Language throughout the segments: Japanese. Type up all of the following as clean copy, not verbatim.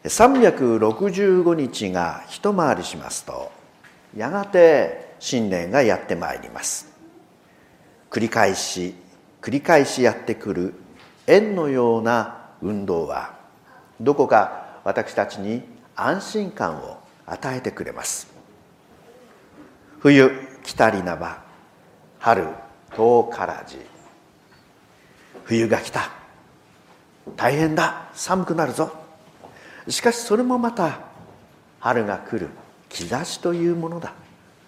365日が一回りしますと、やがて新年がやってまいります。繰り返しやってくる円のような運動は、どこか私たちに安心感を与えてくれます。冬来たりなば、春遠からじ。冬が来た、大変だ、寒くなるぞ。しかしそれもまた春が来る兆しというものだ。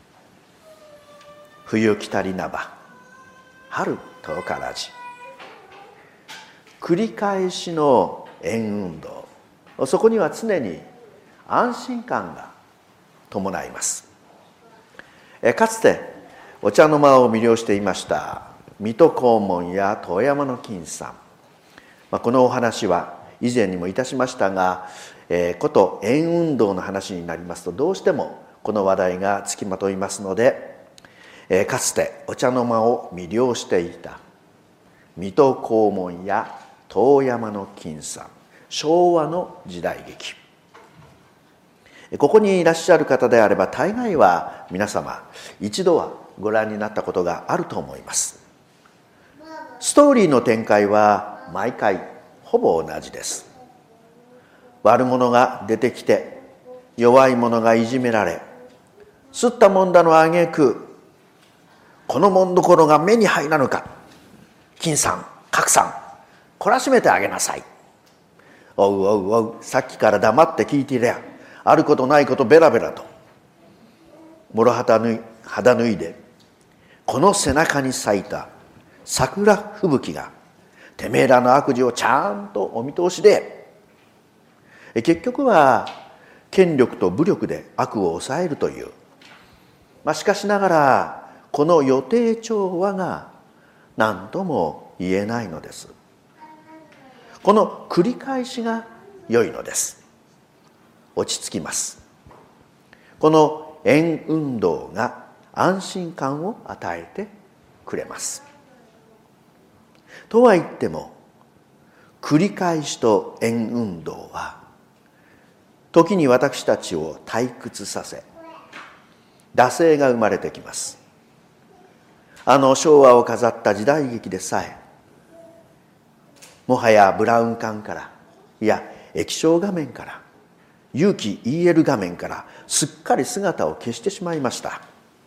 冬来たりなば、春遠からじ。繰り返しの円運動、そこには常に安心感が伴います。かつてお茶の間を魅了していました水戸黄門や遠山の金さん、このお話は以前にもいたしましたが、こと円運動の話になりますと、どうしてもこの話題がつきまといますので、かつてお茶の間を魅了していた水戸黄門や遠山の金さん、昭和の時代劇、ここにいらっしゃる方であれば大概は皆様一度はご覧になったことがあると思います。ストーリーの展開は毎回ほぼ同じです。悪者が出てきて弱い者がいじめられ、すったもんだのあげく、このもんどころが目に入らぬか、金さん角さん懲らしめてあげなさい。おうおうおう、さっきから黙って聞いていりゃ、あることないことベラベラと諸肌脱いで、この背中に咲いた桜吹雪がてめえらの悪事をちゃんとお見通しで、結局は権力と武力で悪を抑えるという、しかしながらこの予定調和が何とも言えないのです。この繰り返しが良いのです。落ち着きます。この円運動が安心感を与えてくれます。とは言っても、繰り返しと円運動は時に私たちを退屈させ、惰性が生まれてきます。昭和を飾った時代劇でさえ、もはやブラウン管から、いや液晶画面から、有機 EL 画面からすっかり姿を消してしまいました。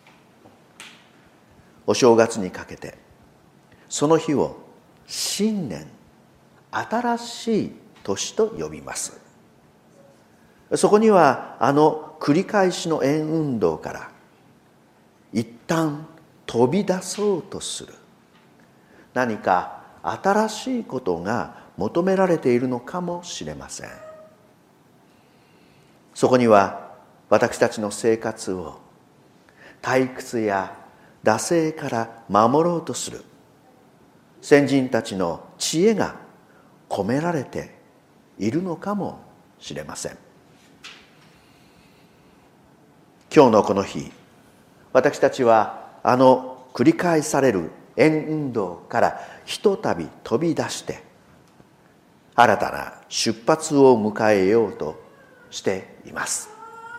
お正月にかけてその日を新年、新しい年と呼びます。そこには繰り返しの円運動から一旦飛び出そうとする何か新しいことが求められているのかもしれません。そこには私たちの生活を退屈や惰性から守ろうとする先人たちの知恵が込められているのかもしれません。今日のこの日、私たちは繰り返される円運動からひとたび飛び出して新たな出発を迎えようとしています。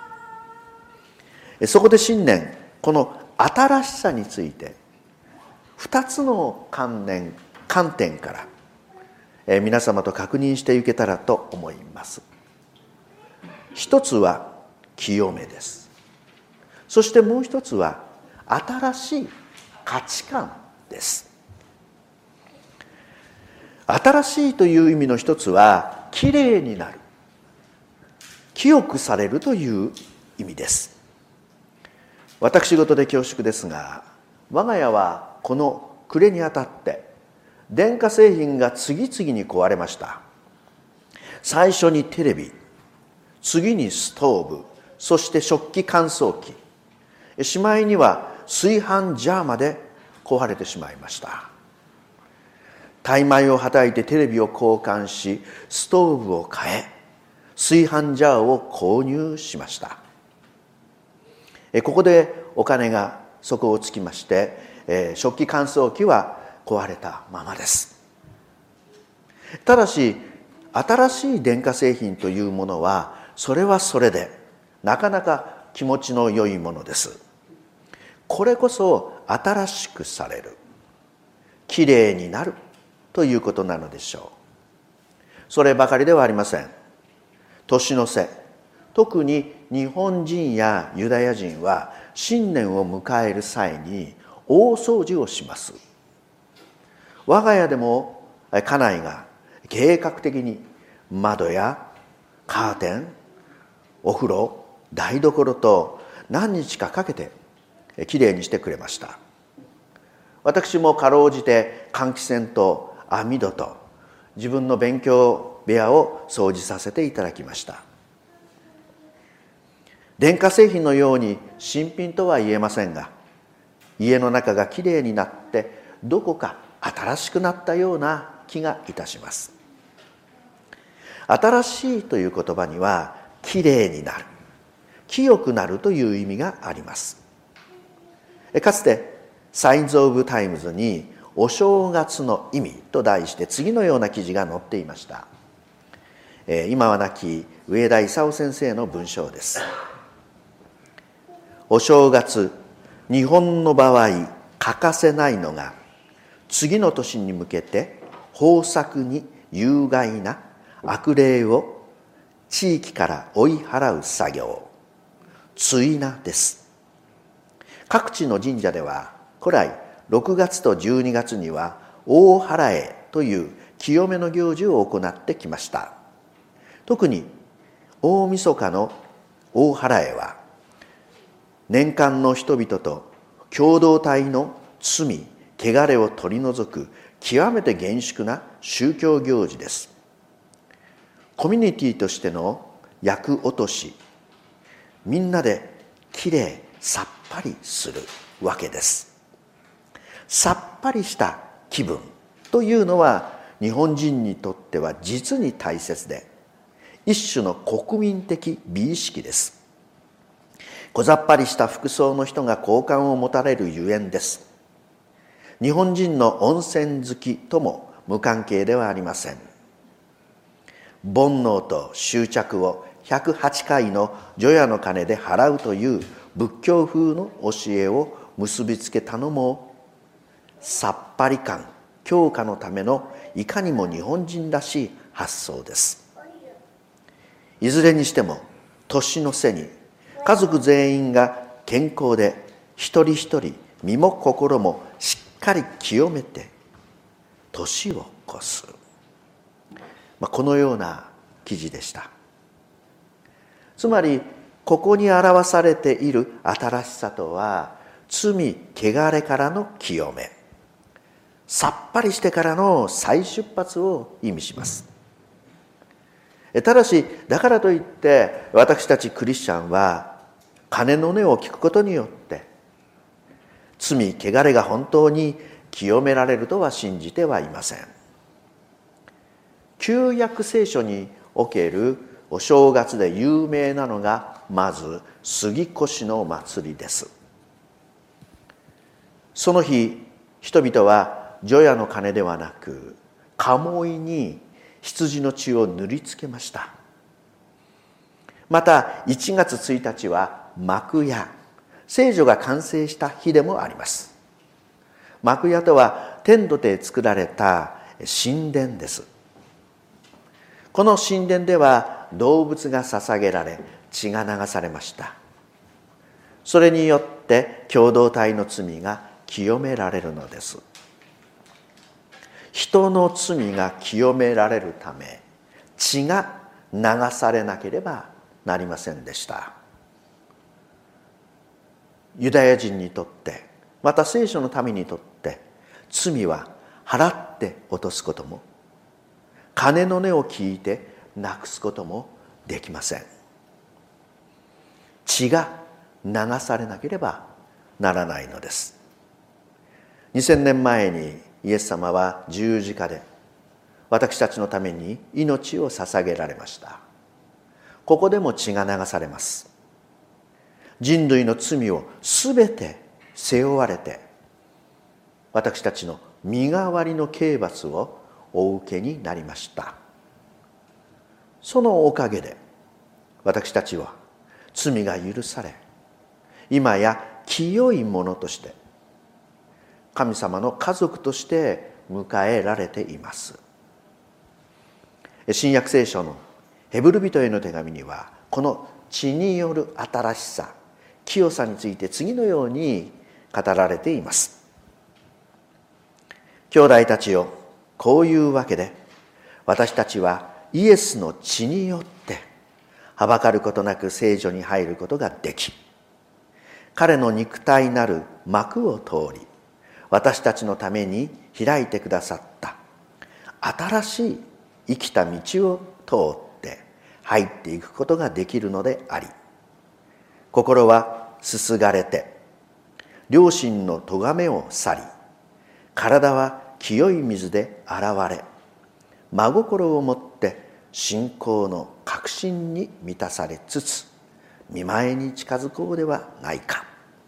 そこで新年、この新しさについて2つの観点から皆様と確認していけたらと思います。一つは清めです。そしてもう一つは新しい価値観です。新しいという意味の一つはきれいになる、清くされるという意味です。私事で恐縮ですが、我が家はこの暮れにあたって電化製品が次々に壊れました。最初にテレビ、次にストーブ、そして食器乾燥機、しまいには炊飯ジャーまで壊れてしまいました。怠米をはたいてテレビを交換し、ストーブを変え、炊飯ジャーを購入しました。ここでお金が底をつきまして、食器乾燥機は壊れたままです。ただし新しい電化製品というものはそれはそれでなかなか気持ちの良いものです。これこそ新しくされる、きれいになるということなのでしょう。そればかりではありません。年の瀬、特に日本人やユダヤ人は新年を迎える際に大掃除をします。我が家でも家内が計画的に窓やカーテン、お風呂、台所と何日かかけてきれいにしてくれました。私もかろうじて換気扇と網戸と自分の勉強部屋を掃除させていただきました。電化製品のように新品とは言えませんが、家の中がきれいになってどこか新しくなったような気がいたします。新しいという言葉にはきれいになる、清くなるという意味があります。かつてサインズ・オブ・タイムズにお正月の意味と題して次のような記事が載っていました。今は亡き上田勲先生の文章です。お正月、日本の場合欠かせないのが次の年に向けて豊作に有害な悪霊を地域から追い払う作業、追名です。各地の神社では古来6月と12月には大祓という清めの行事を行ってきました。特に大晦日の大祓は年間の人々と共同体の罪、汚れを取り除く極めて厳粛な宗教行事です。コミュニティとしての厄落とし、みんなできれいさっぱりするわけです。さっぱりした気分というのは日本人にとっては実に大切で、一種の国民的美意識です。小ざっぱりした服装の人が好感を持たれるゆえんです。日本人の温泉好きとも無関係ではありません。煩悩と執着を108回の除夜の鐘で払うという仏教風の教えを結びつけたのも、さっぱり感強化のためのいかにも日本人らしい発想です。いずれにしても年の瀬に家族全員が健康で一人一人身も心もしっかり清めて年を越す、このような記事でした。つまりここに表されている新しさとは、罪汚れからの清め、さっぱりしてからの再出発を意味します。ただしだからといって私たちクリスチャンは鐘の音を聞くことによって罪汚れが本当に清められるとは信じてはいません。旧約聖書におけるお正月で有名なのがまず杉越の祭りです。その日人々は除夜の鐘ではなく鴨居に羊の血を塗りつけました。また1月1日は幕屋、聖女が完成した日でもあります。幕屋とは天土で作られた神殿です。この神殿では動物が捧げられ血が流されました。それによって共同体の罪が清められるのです。人の罪が清められるため血が流されなければなりませんでした。ユダヤ人にとって、また聖書の民にとって罪は払って落とすことも鐘の音を聞いてなくすこともできません。血が流されなければならないのです。2000年前にイエス様は十字架で私たちのために命を捧げられました。ここでも血が流されます。人類の罪をすべて背負われて私たちの身代わりの刑罰をお受けになりました。 そのおかげで私たちは罪が許され、今や清いものとして神様の家族として迎えられています。新約聖書のヘブル人への手紙には、この血による新しさ、清さについて次のように語られています。兄弟たちよ、こういうわけで私たちはイエスの血によってはばかることなく聖所に入ることができ、彼の肉体なる幕を通り、私たちのために開いてくださった新しい生きた道を通って入っていくことができるのであり、心はすすがれて良心の咎めを去り、体は清い水で洗われ、真心をもって信仰の確信に満たされつつ御前に近づこうではないか。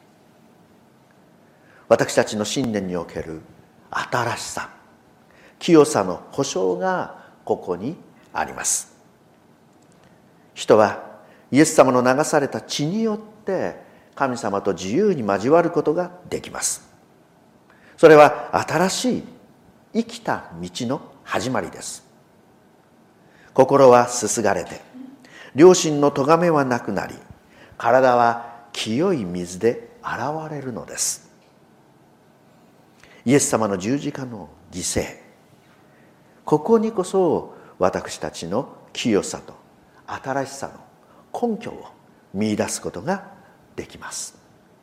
私たちの信念における新しさ、清さの保証がここにあります。人はイエス様の流された血によって神様と自由に交わることができます。それは新しい生きた道の始まりです。心はすすがれて良心の咎めはなくなり、体は清い水で洗われるのです。イエス様の十字架の犠牲、ここにこそ私たちの清さと新しさの根拠を見出すことができます。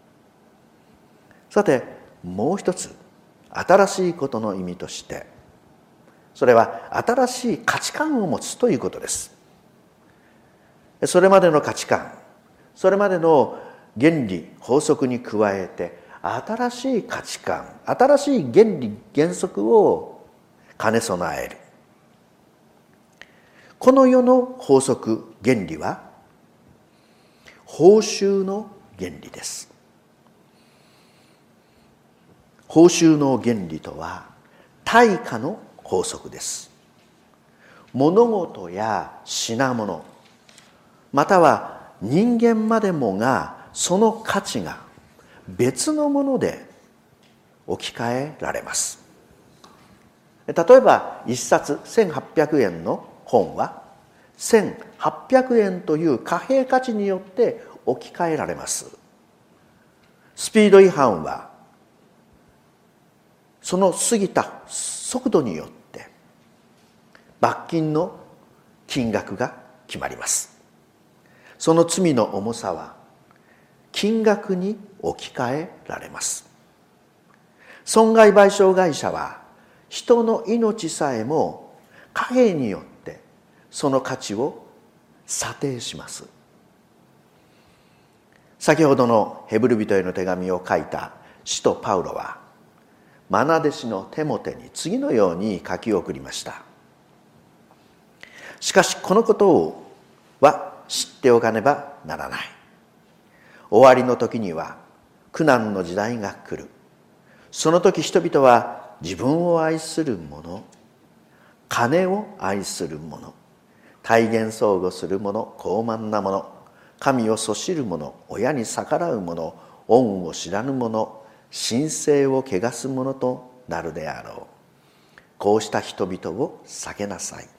さて、もう一つ新しいことの意味として、それは新しい価値観を持つということです。それまでの価値観、それまでの原理法則に加えて、新しい価値観、新しい原理原則を兼ね備える。この世の法則原理は報酬の原理です。報酬の原理とは対価の法則です。物事や品物、または人間までもがその価値が別のもので置き換えられます。例えば一冊1800円の本は1800円という貨幣価値によって置き換えられます。スピード違反はその過ぎた速度によって罰金の金額が決まります。その罪の重さは金額に置き換えられます。損害賠償会社は人の命さえも貨幣によってその価値を査定します。先ほどのヘブル人への手紙を書いた使徒パウロは、愛弟子のテモテに次のように書き送りました。しかしこのことは知っておかねばならない。終わりの時には苦難の時代が来る。その時人々は自分を愛する者、金を愛する者、体現相互する者、傲慢な者、神をそしる者、親に逆らう者、恩を知らぬ者、神聖を汚す者となるであろう。こうした人々を避けなさい。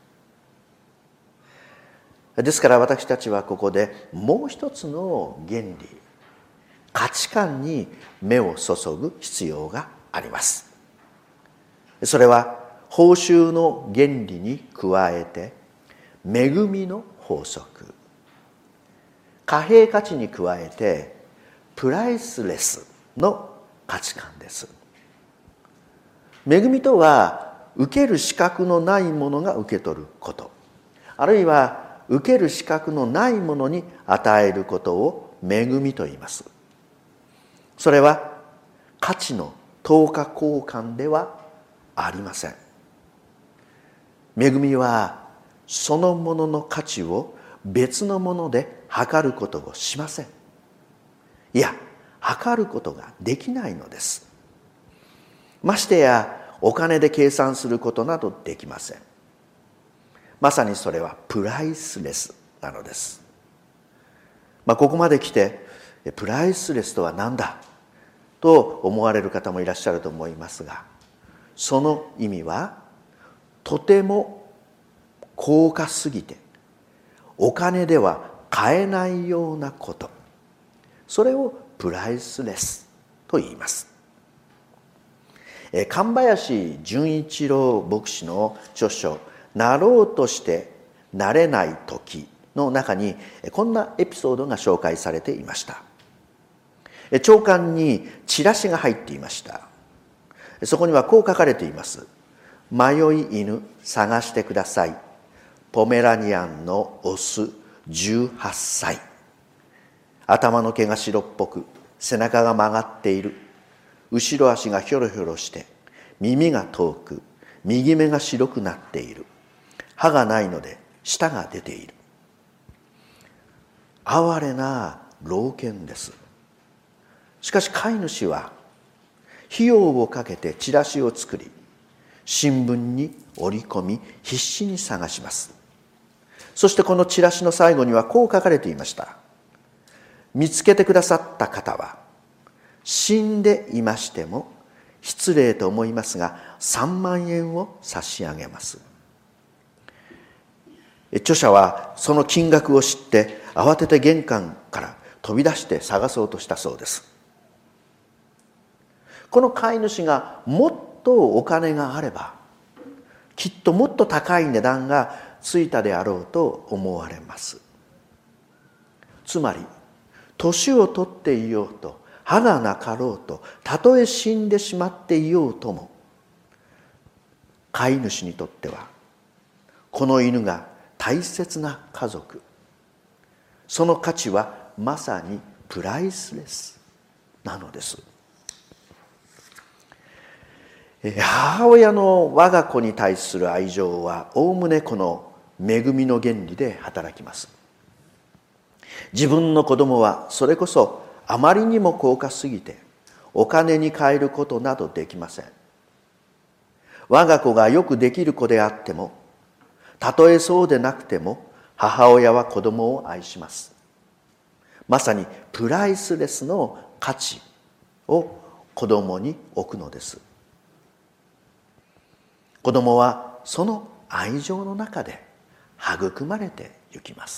ですから私たちはここでもう一つの原理、価値観に目を注ぐ必要があります。それは報酬の原理に加えて恵みの法則、貨幣価値に加えてプライスレスの価値観です。恵みとは受ける資格のないものが受け取ること、あるいは受ける資格のないものに与えることを恵みと言います。それは価値の等価交換ではありません。恵みはそのものの価値を別のもので測ることをしません。いや、測ることができないのです。ましてやお金で計算することなどできません。 まさにそれはプライスレスなのです。ここまで来てプライスレスとは何だと思われる方もいらっしゃると思いますが、その意味はとても高価すぎてお金では買えないようなこと、それをプライスレスと言います。神林純一郎牧師の著書「なろうとしてなれない時」の中にこんなエピソードが紹介されていました。朝刊にチラシが入っていました。そこにはこう書かれています。迷い犬探してください。ポメラニアンのオス18歳。頭の毛が白っぽく、背中が曲がっている。後ろ足がひょろひょろして、耳が遠く、右目が白くなっている。歯がないので舌が出ている。哀れな老犬です。しかし飼い主は費用をかけてチラシを作り、新聞に折り込み必死に探します。そしてこのチラシの最後にはこう書かれていました。見つけてくださった方は死んでいましても失礼と思いますが3万円を差し上げます。著者はその金額を知って慌てて玄関から飛び出して探そうとしたそうです。この飼い主がもっとお金があればきっともっと高い値段がついたであろうと思われます。つまり年を取っていようと歯がなかろうとたとえ死んでしまっていようとも、飼い主にとってはこの犬が大切な家族、その価値はまさにプライスレスなのです。母親の我が子に対する愛情はおおむねこの恵みの原理で働きます。自分の子供はそれこそあまりにも高価すぎてお金に換えることなどできません。我が子がよくできる子であっても、たとえそうでなくても母親は子供を愛します。まさにプライスレスの価値を子供に置くのです。子供はその愛情の中で育まれてゆきます。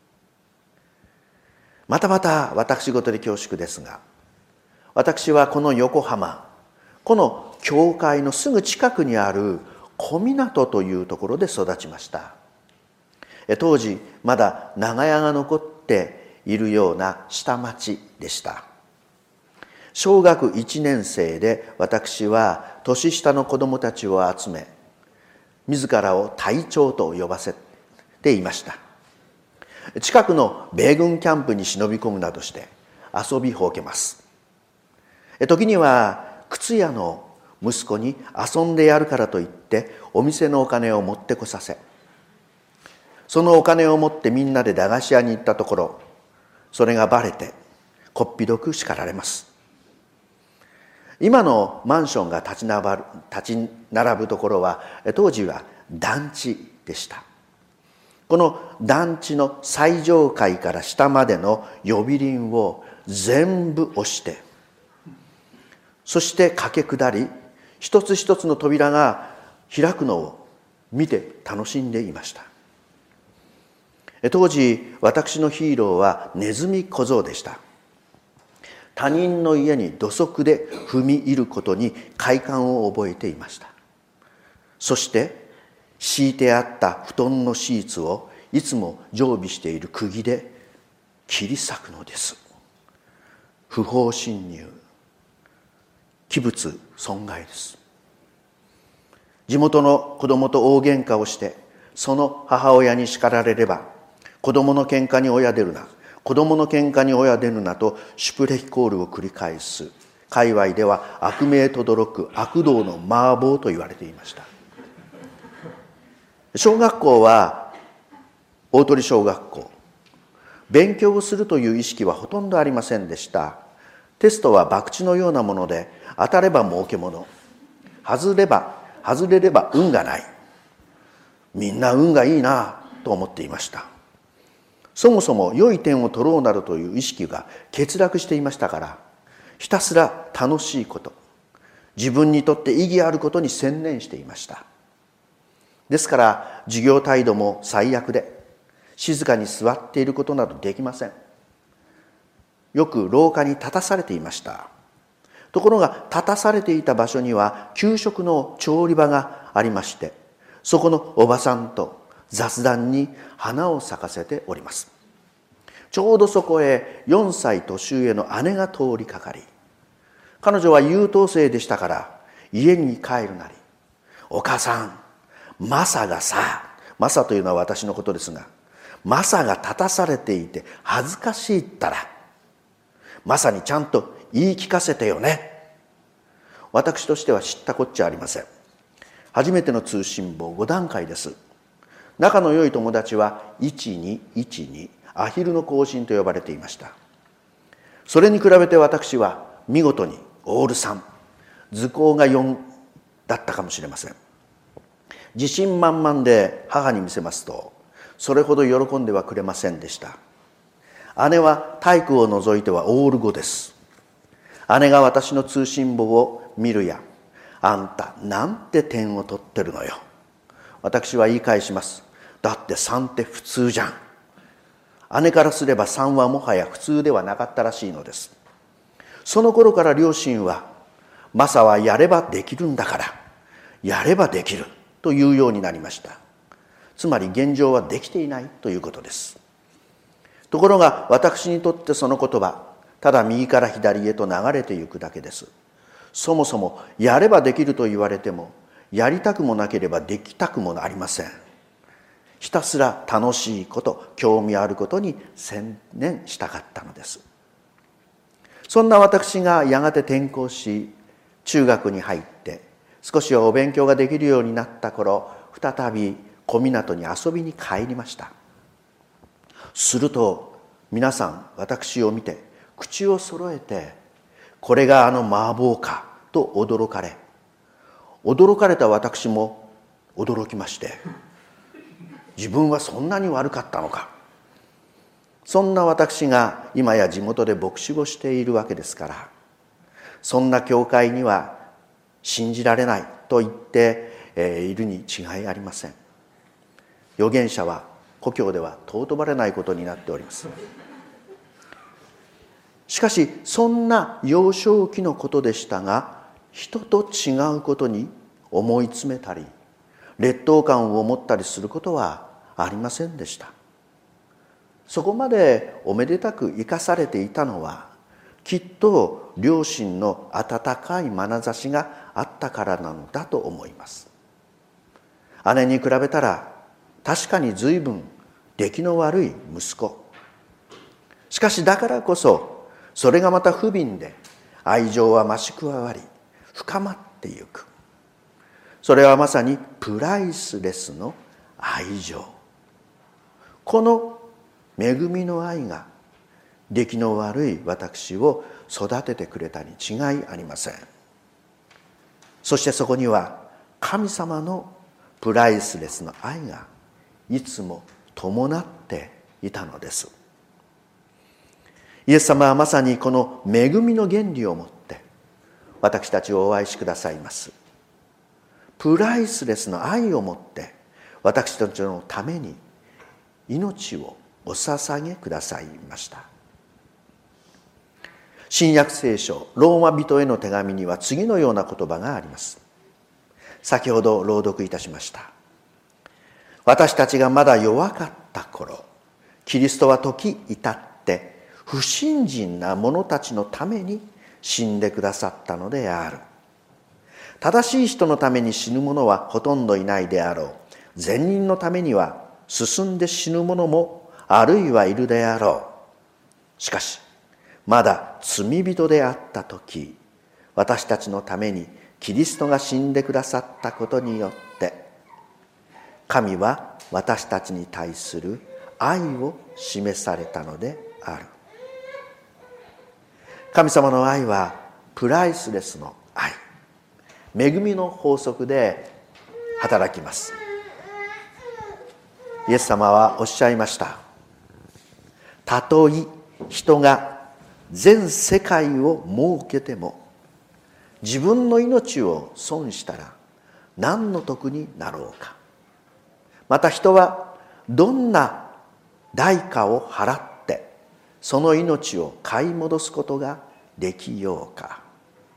また私事で恐縮ですが、私はこの横浜、この教会のすぐ近くにある小湊というところで育ちました。当時まだ長屋が残っているような下町でした。小学1年生で私は年下の子どもたちを集め、自らを隊長と呼ばせていました。近くの米軍キャンプに忍び込むなどして遊びほうけます。時には靴屋の息子に遊んでやるからといってお店のお金を持ってこさせ、そのお金を持ってみんなで駄菓子屋に行ったところ、それがバレてこっぴどく叱られます。今のマンションが立ち並ぶところは当時は団地でした。この団地の最上階から下までの呼び鈴を全部押して、そして駆け下り、一つ一つの扉が開くのを見て楽しんでいました。当時私のヒーローはネズミ小僧でした。他人の家に土足で踏み入ることに快感を覚えていました。そして敷いてあった布団のシーツをいつも常備している釘で切り裂くのです。不法侵入、器物損害です。地元の子供と大喧嘩をして、その母親に叱られれば、子供の喧嘩に親出るな、子供の喧嘩に親出るなとシュプレヒコールを繰り返す。界隈では悪名とどろく悪道の麻婆と言われていました。小学校は大鳥小学校。勉強をするという意識はほとんどありませんでした。テストは博打のようなもので、当たれば儲けもの、外れれば運がない。 みんな運がいいなと思っていました。そもそも良い点を取ろうなどという意識が欠落していましたから、ひたすら楽しいこと、自分にとって意義あることに専念していました。ですから授業態度も最悪で、静かに座っていることなどできません。よく廊下に立たされていました。ところが立たされていた場所には給食の調理場がありまして、そこのおばさんと雑談に花を咲かせております。ちょうどそこへ4歳年上の姉が通りかかり、彼女は優等生でしたから家に帰るなり、お母さん、マサがさ、マサというのは私のことですが、マサが立たされていて恥ずかしいったら、マサにちゃんと言い聞かせてよね。私としては知ったこっちゃありません。初めての通信簿5段階です。仲の良い友達は1212、アヒルの行進と呼ばれていました。それに比べて私は見事にオール3、図工が4だったかもしれません。自信満々で母に見せますと、それほど喜んではくれませんでした。姉は体育を除いてはオール5です。姉が私の通信簿を見るや、あんたなんて点を取ってるのよ。私は言い返します。だって3って普通じゃん。姉からすれば3はもはや普通ではなかったらしいのです。その頃から両親は、マサはやればできるんだから、やればできるというようになりました。つまり現状はできていないということです。ところが私にとってその言葉、ただ右から左へと流れていくだけです。そもそもやればできると言われても、やりたくもなければできたくもありません。ひたすら楽しいこと、興味あることに専念したかったのです。そんな私がやがて転校し、中学に入って少しはお勉強ができるようになった頃、再び小湊に遊びに帰りました。すると皆さん私を見て口を揃えて、これがあの麻婆かと驚かれた私も驚きまして、自分はそんなに悪かったのか。そんな私が今や地元で牧師をしているわけですから、そんな教会には信じられないと言っているに違いありません。預言者は故郷では尊ばれないことになっております。しかしそんな幼少期のことでしたが、人と違うことに思い詰めたり劣等感を持ったりすることはありませんでした。そこまでおめでたく生かされていたのは、きっと両親の温かい眼差しがあったからなのだと思います。姉に比べたら確かに随分出来の悪い息子。しかしだからこそ、それがまた不憫で愛情は増し加わり深まってゆく。それはまさにプライスレスの愛情。この恵みの愛が出来の悪い私を育ててくれたに違いありません。そしてそこには神様のプライスレスの愛がいつも伴っていたのです。イエス様はまさにこの恵みの原理をもって私たちをお愛しくださいます。プライスレスの愛をもって私たちのために命をお捧げくださいました。新約聖書ローマ人への手紙には次のような言葉があります。先ほど朗読いたしました。私たちがまだ弱かった頃、キリストは時至って不信心な者たちのために死んでくださったのである。正しい人のために死ぬ者はほとんどいないであろう。善人のためには進んで死ぬ者もあるいはいるであろう。しかしまだ罪人であった時、私たちのためにキリストが死んでくださったことによって神は私たちに対する愛を示されたのである。神様の愛はプライスレスの愛、恵みの法則で働きます。 イエス様はおっしゃいました。たとえ人が全世界を設けても自分の命を損したら何の得になろうか。また人はどんな代価を払ってその命を買い戻すことができようか。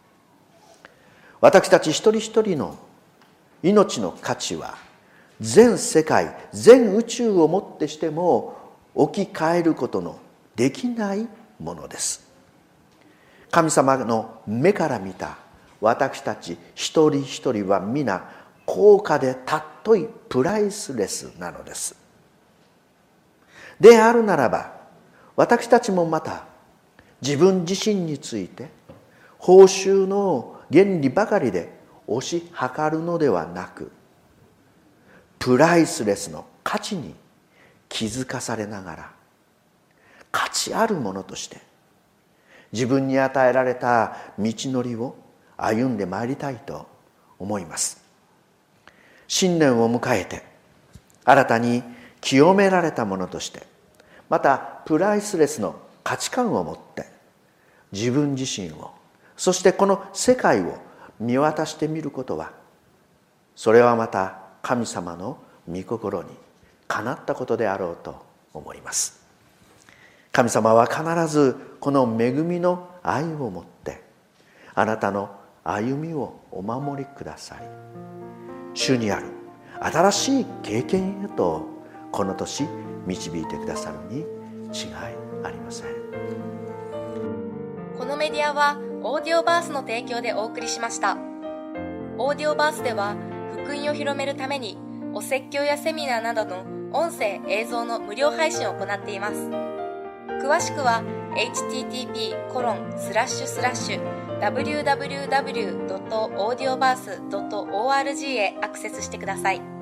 私たち一人一人の命の価値は全世界全宇宙をもってしても置き換えることのできないものです。神様の目から見た私たち一人一人は皆高価で尊いプライスレスなのです。であるならば私たちもまた自分自身について報酬の原理ばかりで推し量るのではなく、プライスレスの価値に気づかされながら価値あるものとして自分に与えられた道のりを歩んでまいりたいと思います。新年を迎えて新たに清められたものとして、またプライスレスの価値観を持って自分自身を、そしてこの世界を見渡してみることは、それはまた神様の御心にかなったことであろうと思います。神様は必ずこの恵みの愛をもってあなたの歩みをお守りください。主にある新しい経験へとこの年導いてくださるに違いありません。 このメディアはオーディオバースの提供でお送りしました。オーディオバースでは福音を広めるためにお説教やセミナーなどの音声映像の無料配信を行っています。詳しくは http://www.audioverse.org へアクセスしてください。